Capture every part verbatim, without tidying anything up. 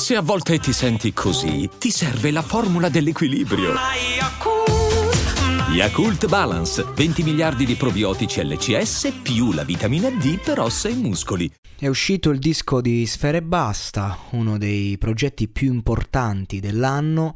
Se a volte ti senti così, ti serve la formula dell'equilibrio. Yakult Balance, venti miliardi di probiotici L C S più la vitamina D per ossa e muscoli. È uscito il disco di Sfera Ebbasta, uno dei progetti più importanti dell'anno,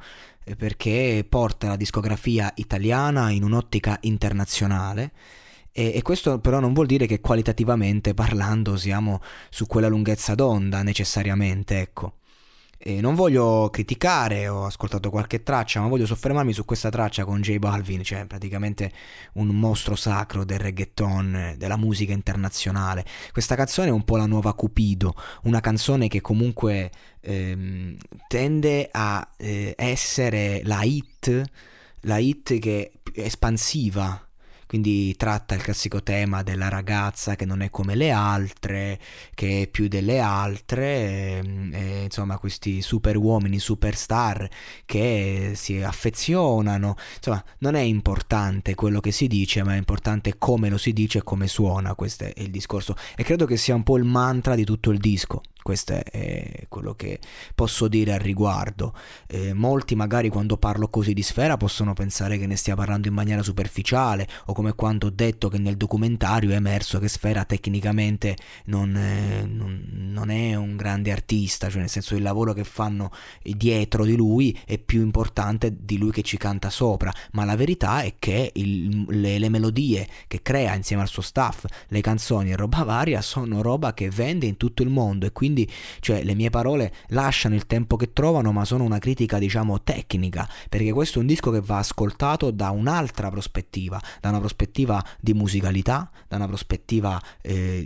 perché porta la discografia italiana in un'ottica internazionale. E, e questo però non vuol dire che qualitativamente parlando siamo su quella lunghezza d'onda necessariamente, ecco. E non voglio criticare, ho ascoltato qualche traccia, ma voglio soffermarmi su questa traccia con J Balvin, cioè praticamente un mostro sacro del reggaeton, della musica internazionale. Questa canzone è un po' la nuova Cupido, una canzone che comunque ehm, tende a eh, essere la hit, la hit che è espansiva. Quindi tratta il classico tema della ragazza che non è come le altre, che è più delle altre, e, e, insomma questi super uomini, superstar che si affezionano. Insomma, non è importante quello che si dice, ma è importante come lo si dice e come suona. Questo è il discorso, e credo che sia un po' il mantra di tutto il disco. Questo è quello che posso dire al riguardo. Eh, molti magari quando parlo così di Sfera possono pensare che ne stia parlando in maniera superficiale, o come quando ho detto che nel documentario è emerso che Sfera tecnicamente non, eh, non, non è un grande artista, cioè nel senso il lavoro che fanno dietro di lui è più importante di lui che ci canta sopra, ma la verità è che il, le, le melodie che crea insieme al suo staff, le canzoni e roba varia sono roba che vende in tutto il mondo, e quindi Quindi, cioè, le mie parole lasciano il tempo che trovano, ma sono una critica, diciamo, tecnica, perché questo è un disco che va ascoltato da un'altra prospettiva, da una prospettiva di musicalità, da una prospettiva eh,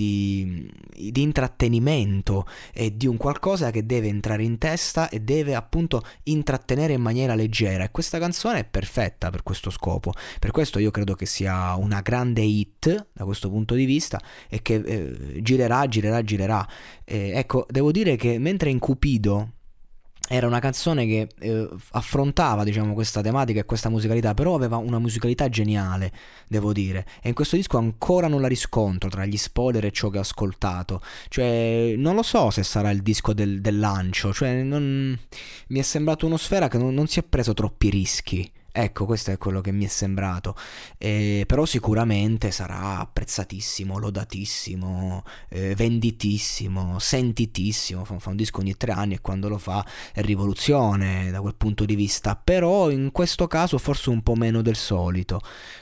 di, di intrattenimento, e di un qualcosa che deve entrare in testa e deve appunto intrattenere in maniera leggera, e questa canzone è perfetta per questo scopo. Per questo io credo che sia una grande hit da questo punto di vista, e che eh, girerà, girerà, girerà. Eh, ecco, devo dire che mentre in Cupido era una canzone che eh, affrontava, diciamo, questa tematica e questa musicalità, però aveva una musicalità geniale, devo dire, e in questo disco ancora non la riscontro tra gli spoiler e ciò che ho ascoltato. Cioè, non lo so se sarà il disco del, del lancio, cioè non... mi è sembrato uno Sfera che non, non si è preso troppi rischi. Ecco, questo è quello che mi è sembrato, eh, però sicuramente sarà apprezzatissimo, lodatissimo, eh, venditissimo, sentitissimo. Fa, fa un disco ogni tre anni, e quando lo fa è rivoluzione da quel punto di vista, però in questo caso forse un po' meno del solito,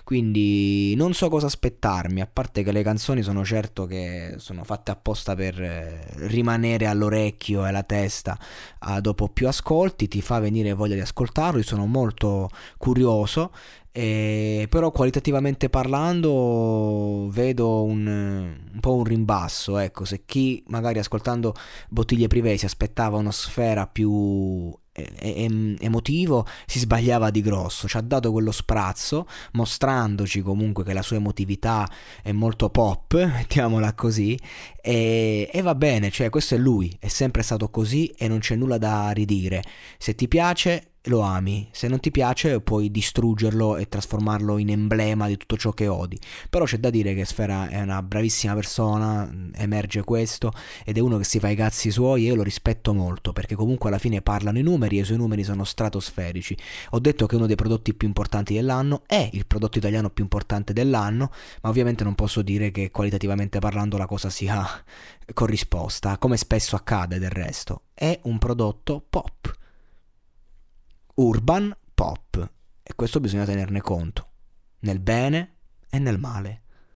quindi non so cosa aspettarmi, a parte che le canzoni sono certo che sono fatte apposta per eh, rimanere all'orecchio e alla testa, ah, dopo più ascolti ti fa venire voglia di ascoltarlo. Io sono molto curioso, eh, però qualitativamente parlando vedo un, un po' un rimbasso, ecco. Se chi magari ascoltando Bottiglie Privé si aspettava una Sfera più e- emotivo, si sbagliava di grosso. Ci ha dato quello sprazzo, mostrandoci comunque che la sua emotività è molto pop, mettiamola così, e, e va bene, cioè questo è lui, è sempre stato così e non c'è nulla da ridire. Se ti piace lo ami, se non ti piace puoi distruggerlo e trasformarlo in emblema di tutto ciò che odi. Però c'è da dire che Sfera è una bravissima persona, emerge questo, ed è uno che si fa i cazzi suoi, e io lo rispetto molto, perché comunque alla fine parlano i numeri, e i suoi numeri sono stratosferici. Ho detto che uno dei prodotti più importanti dell'anno è il prodotto italiano più importante dell'anno, ma ovviamente non posso dire che qualitativamente parlando la cosa sia corrisposta, come spesso accade del resto. È un prodotto pop, urban pop, e questo bisogna tenerne conto, nel bene e nel male.